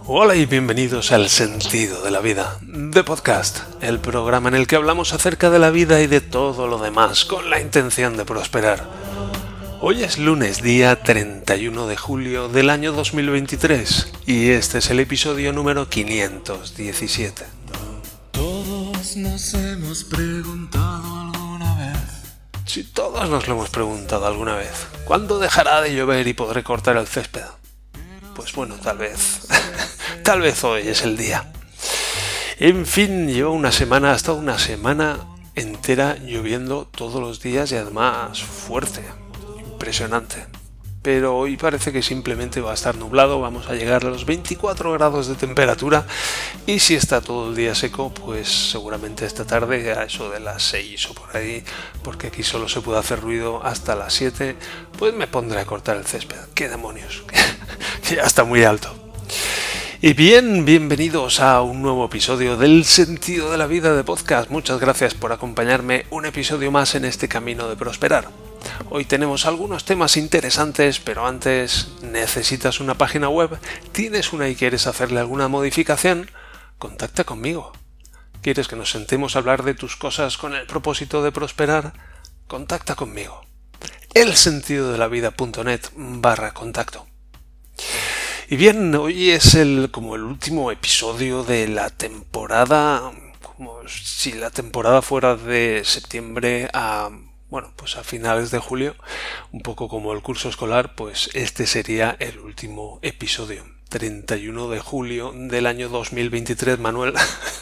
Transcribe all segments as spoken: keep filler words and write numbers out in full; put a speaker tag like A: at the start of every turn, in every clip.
A: Hola y bienvenidos al Sentido de la Vida, The Podcast, el programa en el que hablamos acerca de la vida y de todo lo demás con la intención de prosperar. Hoy es lunes, día treinta y uno de julio del año dos mil veintitrés, y este es el episodio número quinientos diecisiete.
B: Todos nos hemos preguntado alguna vez.
A: Si todos nos lo hemos preguntado alguna vez, ¿cuándo dejará de llover y podré cortar el césped? Pues bueno, tal vez, tal vez hoy es el día. En fin, llevo una semana, hasta una semana entera lloviendo todos los días y además fuerte, impresionante. Pero hoy parece que simplemente va a estar nublado, vamos a llegar a los veinticuatro grados de temperatura y si está todo el día seco, pues seguramente esta tarde a eso de las seis o por ahí, porque aquí solo se puede hacer ruido hasta las siete, pues me pondré a cortar el césped. ¡Qué demonios! Ya está muy alto. Y bien, bienvenidos a un nuevo episodio del Sentido de la Vida de Podcast. Muchas gracias por acompañarme un episodio más en este camino de prosperar. Hoy tenemos algunos temas interesantes, pero antes, ¿necesitas una página web? ¿Tienes una y quieres hacerle alguna modificación? Contacta conmigo. ¿Quieres que nos sentemos a hablar de tus cosas con el propósito de prosperar? Contacta conmigo. elsentidodelavida.net barra contacto. Y bien, hoy es el como el último episodio de la temporada, como si la temporada fuera de septiembre a, bueno, pues a finales de julio, un poco como el curso escolar, pues este sería el último episodio. treinta y uno de julio del año dos mil veintitrés, Manuel.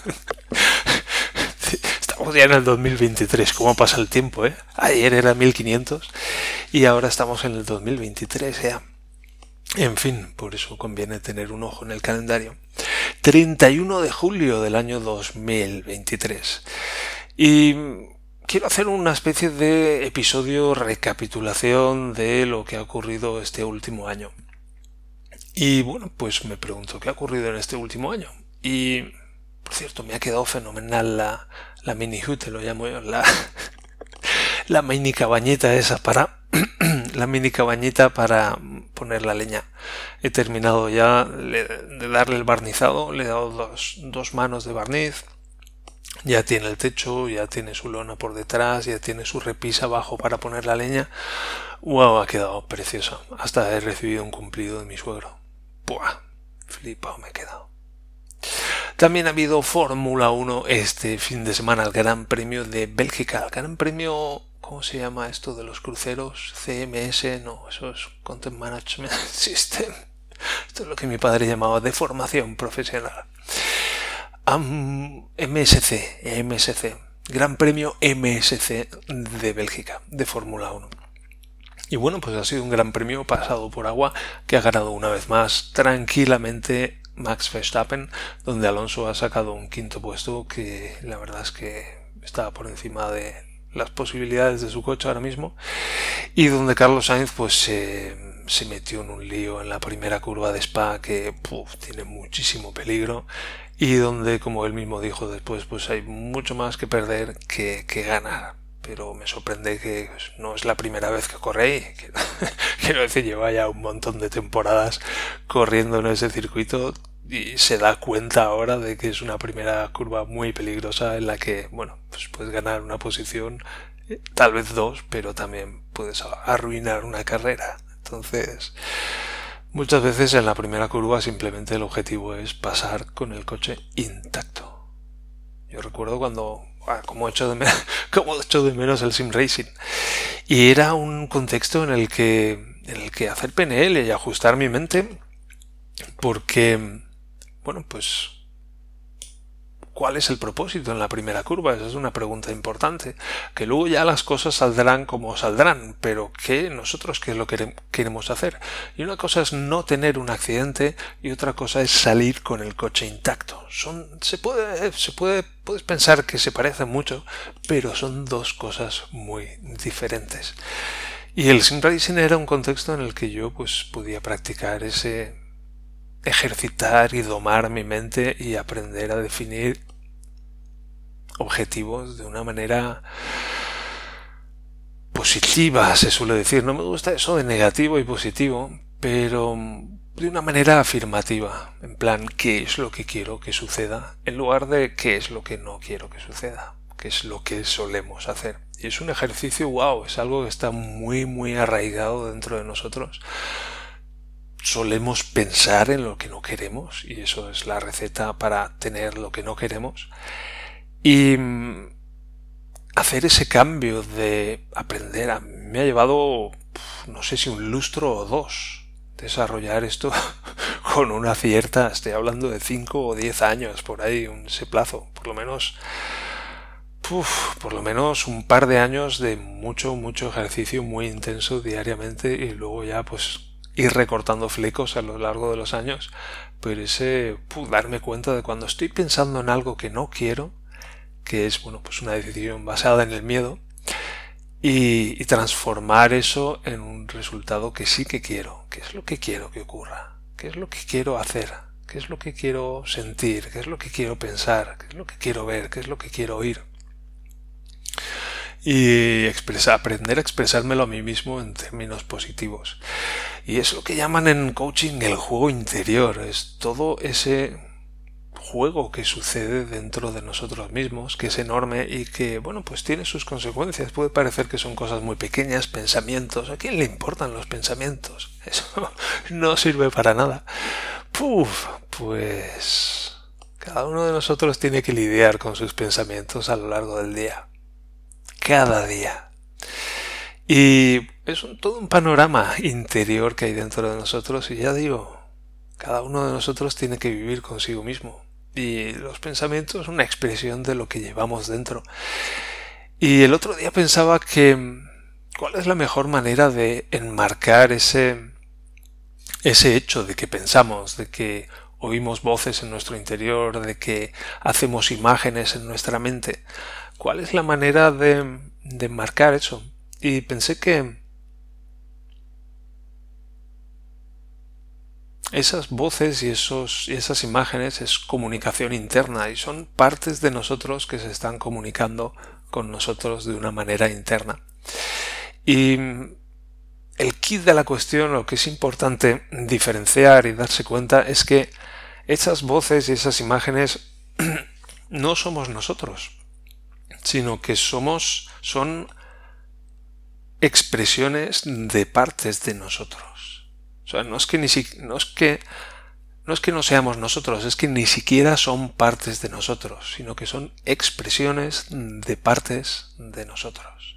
A: Estamos ya en el dos mil veintitrés, ¿cómo pasa el tiempo, eh? Ayer era mil quinientos y ahora estamos en el dos mil veintitrés ya. En fin, por eso conviene tener un ojo en el calendario. treinta y uno de julio del año dos mil veintitrés. Y quiero hacer una especie de episodio recapitulación de lo que ha ocurrido este último año. Y bueno, pues me pregunto, ¿qué ha ocurrido en este último año? Y, por cierto, me ha quedado fenomenal la, la mini hut, lo llamo yo, la, la mini cabañita esa para... la mini cabañita para poner la leña. He terminado ya de darle el barnizado, le he dado dos, dos manos de barniz, ya tiene el techo, ya tiene su lona por detrás, ya tiene su repisa abajo para poner la leña. ¡Wow! Ha quedado preciosa. Hasta he recibido un cumplido de mi suegro. ¡Buah! Flipado me he quedado. También ha habido Fórmula uno este fin de semana, el Gran Premio de Bélgica, el Gran Premio... ¿Cómo se llama esto de los cruceros? C M S, no, eso es Content Management System. Esto es lo que mi padre llamaba de formación profesional. Um, M S C, M S C, Gran Premio M S C de Bélgica, de Fórmula uno. Y bueno, pues ha sido un gran premio pasado por agua que ha ganado una vez más tranquilamente Max Verstappen, donde Alonso ha sacado un quinto puesto que la verdad es que estaba por encima de las posibilidades de su coche ahora mismo, y donde Carlos Sainz pues se, se metió en un lío en la primera curva de Spa que puf, tiene muchísimo peligro, y donde, como él mismo dijo después, pues hay mucho más que perder que, que ganar. Pero me sorprende que no es la primera vez que corre ahí. Quiero decir, lleva ya un montón de temporadas corriendo en ese circuito y se da cuenta ahora de que es una primera curva muy peligrosa en la que, bueno, pues puedes ganar una posición, tal vez dos, pero también puedes arruinar una carrera. Entonces, muchas veces en la primera curva simplemente el objetivo es pasar con el coche intacto. Yo recuerdo cuando, ah, como echo de menos, como echo de menos el sim racing, y era un contexto en el que, en el que hacer P N L y ajustar mi mente, porque bueno, pues ¿cuál es el propósito en la primera curva? Esa es una pregunta importante. Que luego ya las cosas saldrán como saldrán, pero ¿qué nosotros qué es lo que queremos hacer? Y una cosa es no tener un accidente y otra cosa es salir con el coche intacto. Son, se puede, se puede, puedes pensar que se parecen mucho, pero son dos cosas muy diferentes. Y el sim racing era un contexto en el que yo pues podía practicar ese ejercitar y domar mi mente y aprender a definir objetivos de una manera positiva, se suele decir. No me gusta eso de negativo y positivo, pero de una manera afirmativa, en plan, ¿qué es lo que quiero que suceda? En lugar de ¿qué es lo que no quiero que suceda? ¿Qué es lo que solemos hacer? Y es un ejercicio, wow, es algo que está muy, muy arraigado dentro de nosotros. Solemos pensar en lo que no queremos, y eso es la receta para tener lo que no queremos. Y hacer ese cambio de aprender a mí me ha llevado, no sé si un lustro o dos, desarrollar esto con una cierta, estoy hablando de cinco o diez años, por ahí, un, ese plazo, por lo menos, uf, por lo menos un par de años de mucho, mucho ejercicio muy intenso diariamente, y luego ya pues ir recortando flecos a lo largo de los años, pero ese, uf, darme cuenta de cuando estoy pensando en algo que no quiero, que es, bueno, pues una decisión basada en el miedo, y, y transformar eso en un resultado que sí que quiero. ¿Qué es lo que quiero que ocurra? ¿Qué es lo que quiero hacer? ¿Qué es lo que quiero sentir? ¿Qué es lo que quiero pensar? ¿Qué es lo que quiero ver? ¿Qué es lo que quiero oír? Y expresar, aprender a expresármelo a mí mismo en términos positivos. Y es lo que llaman en coaching el juego interior. Es todo ese juego que sucede dentro de nosotros mismos, que es enorme y que, bueno, pues tiene sus consecuencias. Puede parecer que son cosas muy pequeñas, pensamientos. ¿A quién le importan los pensamientos? Eso no sirve para nada. Puf, pues cada uno de nosotros tiene que lidiar con sus pensamientos a lo largo del día. Cada día. Y es un, todo un panorama interior que hay dentro de nosotros, y ya digo, cada uno de nosotros tiene que vivir consigo mismo. Y los pensamientos son una expresión de lo que llevamos dentro. Y el otro día pensaba que ¿cuál es la mejor manera de enmarcar ese, ese hecho de que pensamos, de que oímos voces en nuestro interior, de que hacemos imágenes en nuestra mente? ¿Cuál es la manera de, de enmarcar eso? Y pensé que esas voces y, esos, y esas imágenes es comunicación interna, y son partes de nosotros que se están comunicando con nosotros de una manera interna. Y el kit de la cuestión, lo que es importante diferenciar y darse cuenta, es que esas voces y esas imágenes no somos nosotros, sino que somos, son expresiones de partes de nosotros. O sea, no es que ni si, no es que no es que no seamos nosotros, es que ni siquiera son partes de nosotros, sino que son expresiones de partes de nosotros.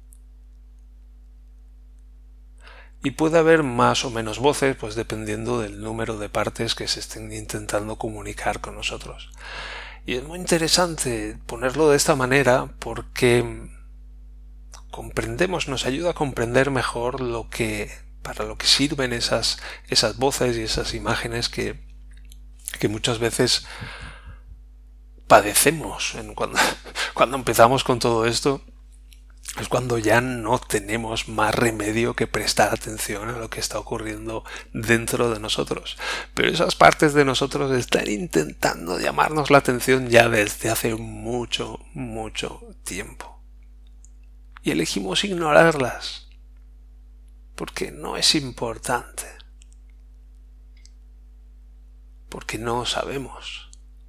A: Y puede haber más o menos voces, pues dependiendo del número de partes que se estén intentando comunicar con nosotros. Y es muy interesante ponerlo de esta manera porque comprendemos, nos ayuda a comprender mejor lo que, para lo que sirven esas, esas voces y esas imágenes que, que muchas veces padecemos. En cuando, cuando empezamos con todo esto, es cuando ya no tenemos más remedio que prestar atención a lo que está ocurriendo dentro de nosotros. Pero esas partes de nosotros están intentando llamarnos la atención ya desde hace mucho, mucho tiempo. Y elegimos ignorarlas, porque no es importante, porque no sabemos,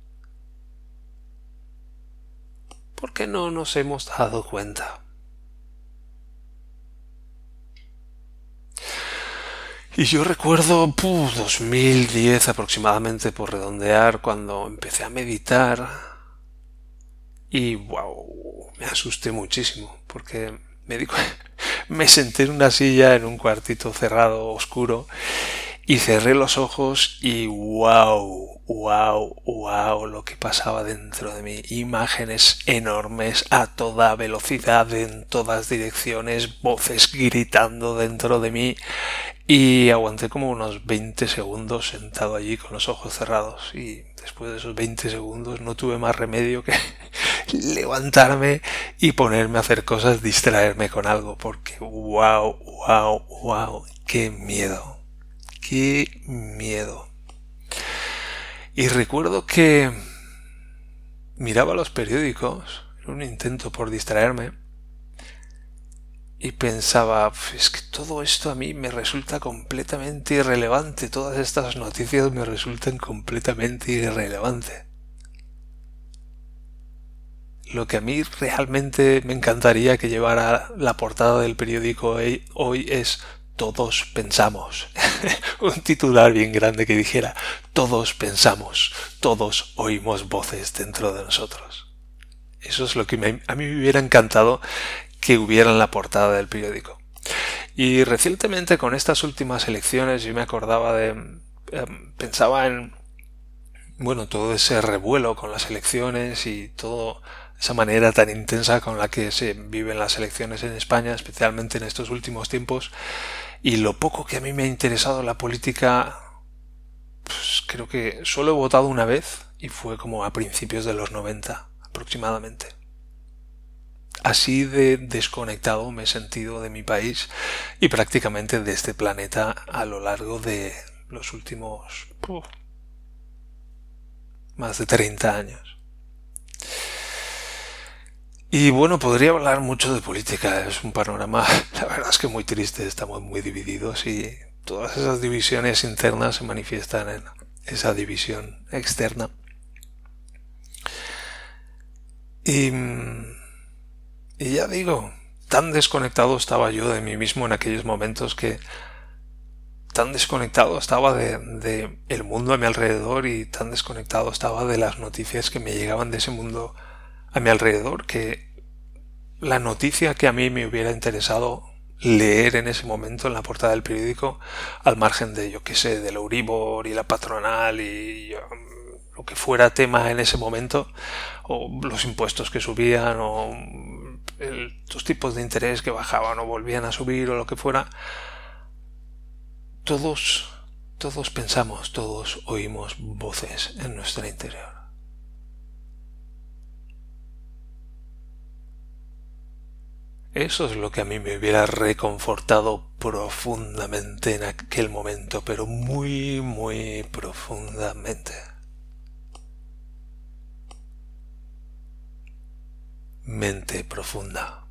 A: porque no nos hemos dado cuenta. Y yo recuerdo puh, dos mil diez aproximadamente, por redondear, cuando empecé a meditar y wow, me asusté muchísimo porque me, di, me senté en una silla en un cuartito cerrado, oscuro, y cerré los ojos y wow, wow, wow, lo que pasaba dentro de mí. Imágenes enormes a toda velocidad, en todas direcciones, voces gritando dentro de mí. Y aguanté como unos veinte segundos sentado allí con los ojos cerrados, y después de esos veinte segundos no tuve más remedio que levantarme y ponerme a hacer cosas, distraerme con algo, porque wow, wow, wow, qué miedo, qué miedo. Y recuerdo que miraba los periódicos en un intento por distraerme y pensaba, es que todo esto a mí me resulta completamente irrelevante, todas estas noticias me resultan completamente irrelevantes. Lo que a mí realmente me encantaría que llevara la portada del periódico hoy es todos pensamos. Un titular bien grande que dijera todos pensamos, todos oímos voces dentro de nosotros. Eso es lo que me, a mí me hubiera encantado que hubiera en la portada del periódico. Y recientemente con estas últimas elecciones yo me acordaba de... Eh, pensaba en... bueno, todo ese revuelo con las elecciones y toda esa manera tan intensa con la que se viven las elecciones en España, especialmente en estos últimos tiempos, y lo poco que a mí me ha interesado la política, pues creo que solo he votado una vez y fue como a principios de los noventa aproximadamente. Así de desconectado me he sentido de mi país y prácticamente de este planeta a lo largo de los últimos uf, más de treinta años. Y bueno, podría hablar mucho de política, es un panorama, la verdad es que muy triste, estamos muy divididos y todas esas divisiones internas se manifiestan en esa división externa. Y, y ya digo, tan desconectado estaba yo de mí mismo en aquellos momentos que tan desconectado estaba de, de el mundo a mi alrededor y tan desconectado estaba de las noticias que me llegaban de ese mundo a mi alrededor que la noticia que a mí me hubiera interesado leer en ese momento en la portada del periódico, al margen de, yo qué sé, del Euribor y la patronal y um, lo que fuera tema en ese momento, o los impuestos que subían, o el, los tipos de interés que bajaban o volvían a subir, o lo que fuera, todos, todos pensamos, todos oímos voces en nuestro interior. Eso es lo que a mí me hubiera reconfortado profundamente en aquel momento, pero muy, muy profundamente. Mente profunda.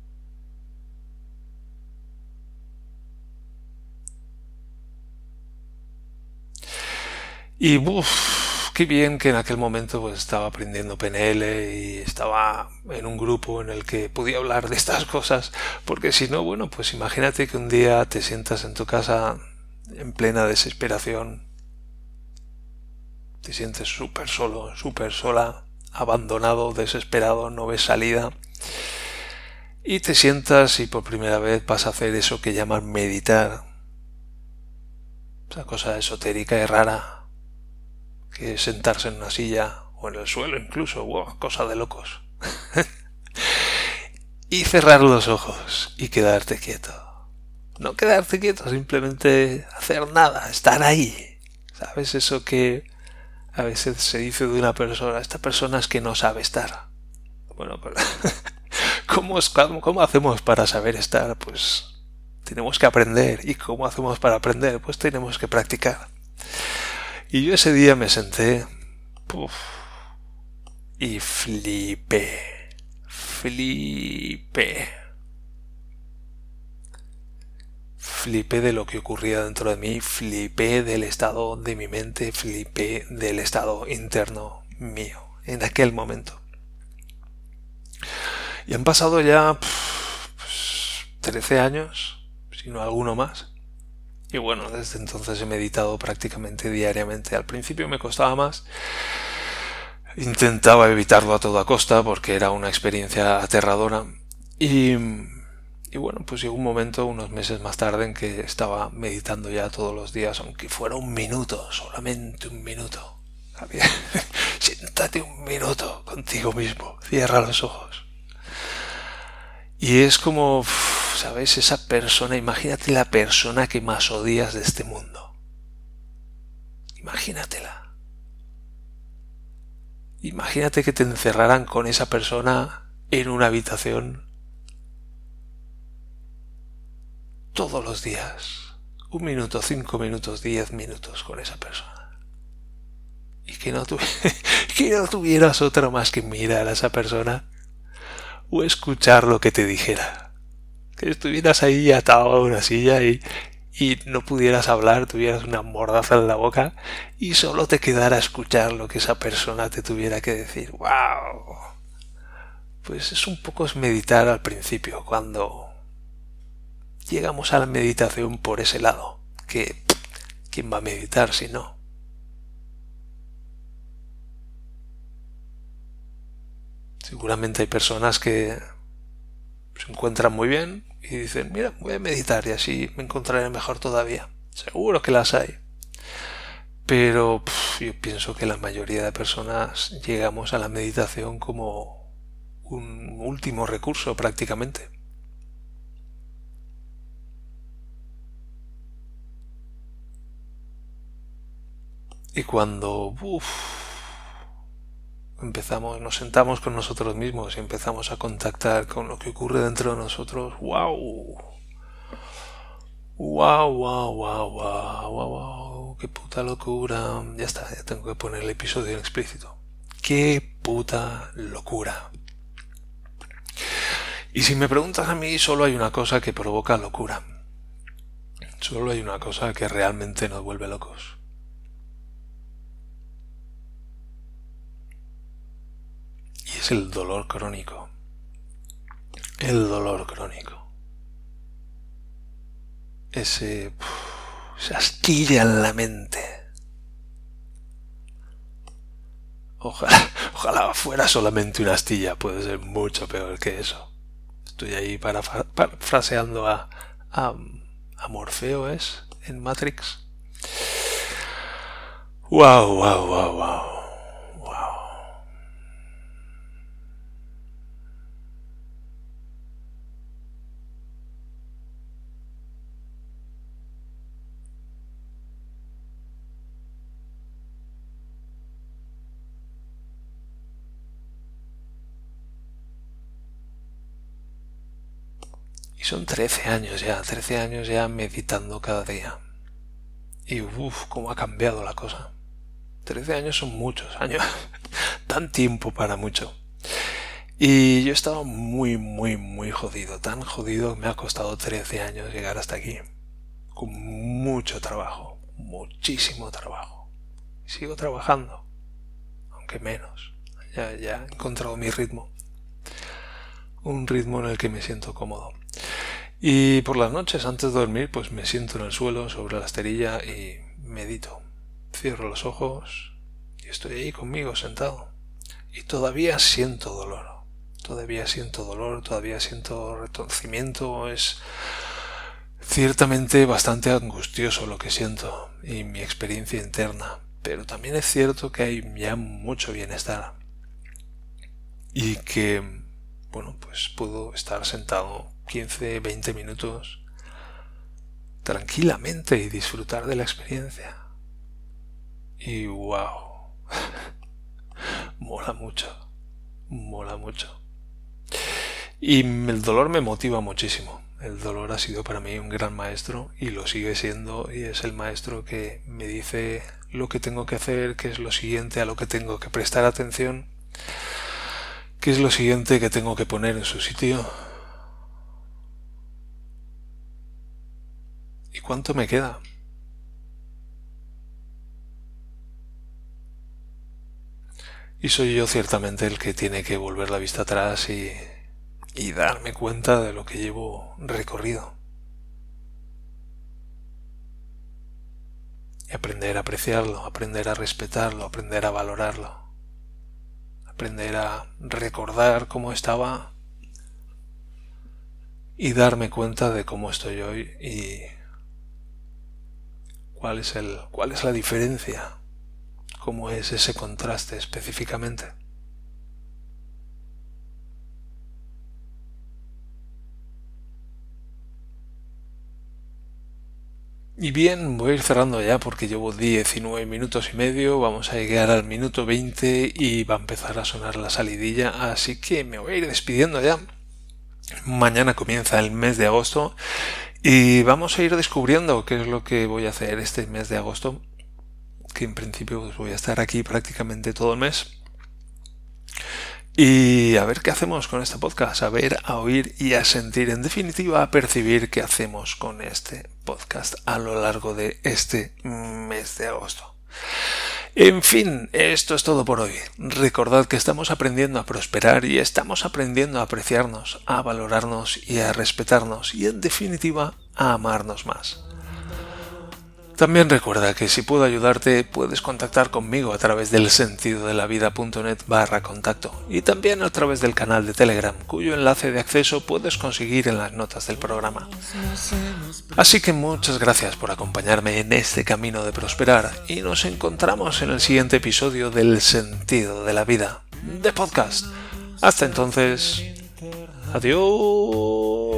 A: Y uff, qué bien que en aquel momento pues estaba aprendiendo P N L y estaba en un grupo en el que podía hablar de estas cosas, porque si no, bueno, pues imagínate que un día te sientas en tu casa en plena desesperación, te sientes súper solo, súper sola, abandonado, desesperado, no ves salida, y te sientas y por primera vez vas a hacer eso que llaman meditar, esa cosa esotérica y rara, que es sentarse en una silla o en el suelo incluso, wow, cosa de locos. Y cerrar los ojos y quedarte quieto. No quedarte quieto, simplemente hacer nada, estar ahí. ¿Sabes? Eso que a veces se dice de una persona, esta persona es que no sabe estar. Bueno, pero ¿cómo, es, cómo, ¿cómo hacemos para saber estar? Pues tenemos que aprender. ¿Y cómo hacemos para aprender? Pues tenemos que practicar. Y yo ese día me senté uf, y flipé, flipé, flipé de lo que ocurría dentro de mí, flipé del estado de mi mente, flipé del estado interno mío en aquel momento. Y han pasado ya pues, trece años, si no alguno más. Y bueno, desde entonces he meditado prácticamente diariamente. Al principio me costaba más. Intentaba evitarlo a toda costa porque era una experiencia aterradora. Y, y bueno, pues llegó un momento, unos meses más tarde, en que estaba meditando ya todos los días, aunque fuera un minuto, solamente un minuto. Javier, siéntate un minuto contigo mismo, cierra los ojos. Y es como... ¿sabes? Esa persona, imagínate la persona que más odias de este mundo. Imagínatela. Imagínate que te encerraran con esa persona en una habitación todos los días. Un minuto, cinco minutos, diez minutos con esa persona. Y que no, tu- que no tuvieras otra más que mirar a esa persona o escuchar lo que te dijera. Que estuvieras ahí atado a una silla y, y no pudieras hablar, tuvieras una mordaza en la boca y solo te quedara escuchar lo que esa persona te tuviera que decir. ¡Wow! Pues es un poco es meditar al principio, cuando llegamos a la meditación por ese lado. Que ¿quién va a meditar si no? Seguramente hay personas que se encuentran muy bien y dicen, mira, voy a meditar y así me encontraré mejor todavía. Seguro que las hay. Pero pff, yo pienso que la mayoría de personas llegamos a la meditación como un último recurso prácticamente. Y cuando uf, empezamos, nos sentamos con nosotros mismos y empezamos a contactar con lo que ocurre dentro de nosotros, wow, wow, wow, wow, wow, wow, wow, qué puta locura. Ya está, ya tengo que poner el episodio en explícito. Qué puta locura. Y si me preguntas a mí, solo hay una cosa que provoca locura. Solo hay una cosa que realmente nos vuelve locos. Y es el dolor crónico. El dolor crónico. Ese... Uf, esa astilla en la mente. Ojalá, ojalá fuera solamente una astilla. Puede ser mucho peor que eso. Estoy ahí parafraseando a, a, a Morfeo, ¿es? En Matrix. Wow, wow, wow, wow. Y son trece años ya, trece años ya meditando cada día. Y uff, cómo ha cambiado la cosa. trece años son muchos años. Tan tiempo para mucho. Y yo he estado muy, muy, muy jodido. Tan jodido que me ha costado trece años llegar hasta aquí. Con mucho trabajo. Muchísimo trabajo. Y sigo trabajando. Aunque menos. Ya, ya he encontrado mi ritmo. Un ritmo en el que me siento cómodo. Y por las noches, antes de dormir, pues me siento en el suelo, sobre la esterilla y medito. Cierro los ojos y estoy ahí conmigo, sentado. Y todavía siento dolor. Todavía siento dolor, todavía siento retorcimiento. Es ciertamente bastante angustioso lo que siento y mi experiencia interna. Pero también es cierto que hay ya mucho bienestar. Y que, bueno, pues puedo estar sentado quince, veinte minutos tranquilamente y disfrutar de la experiencia. Y wow, mola mucho, mola mucho. Y el dolor me motiva muchísimo. El dolor ha sido para mí un gran maestro y lo sigue siendo, y es el maestro que me dice lo que tengo que hacer, qué es lo siguiente a lo que tengo que prestar atención, qué es lo siguiente que tengo que poner en su sitio. ¿Y cuánto me queda? Y soy yo ciertamente el que tiene que volver la vista atrás y, y darme cuenta de lo que llevo recorrido. Y aprender a apreciarlo, aprender a respetarlo, aprender a valorarlo. Aprender a recordar cómo estaba y darme cuenta de cómo estoy hoy y cuál es el, cuál es la diferencia, cómo es ese contraste específicamente. Y bien, voy a ir cerrando ya porque llevo diecinueve minutos y medio, vamos a llegar al minuto veinte y va a empezar a sonar la salidilla, así que me voy a ir despidiendo ya. Mañana comienza el mes de agosto y vamos a ir descubriendo qué es lo que voy a hacer este mes de agosto, que en principio pues voy a estar aquí prácticamente todo el mes. Y a ver qué hacemos con este podcast, a ver, a oír y a sentir, en definitiva a percibir qué hacemos con este podcast a lo largo de este mes de agosto. En fin, esto es todo por hoy. Recordad que estamos aprendiendo a prosperar y estamos aprendiendo a apreciarnos, a valorarnos y a respetarnos y en definitiva a amarnos más. También recuerda que si puedo ayudarte puedes contactar conmigo a través del sentidodelavida.net barra contacto y también a través del canal de Telegram, cuyo enlace de acceso puedes conseguir en las notas del programa. Así que muchas gracias por acompañarme en este camino de prosperar y nos encontramos en el siguiente episodio del Sentido de la Vida, de podcast. Hasta entonces, adiós.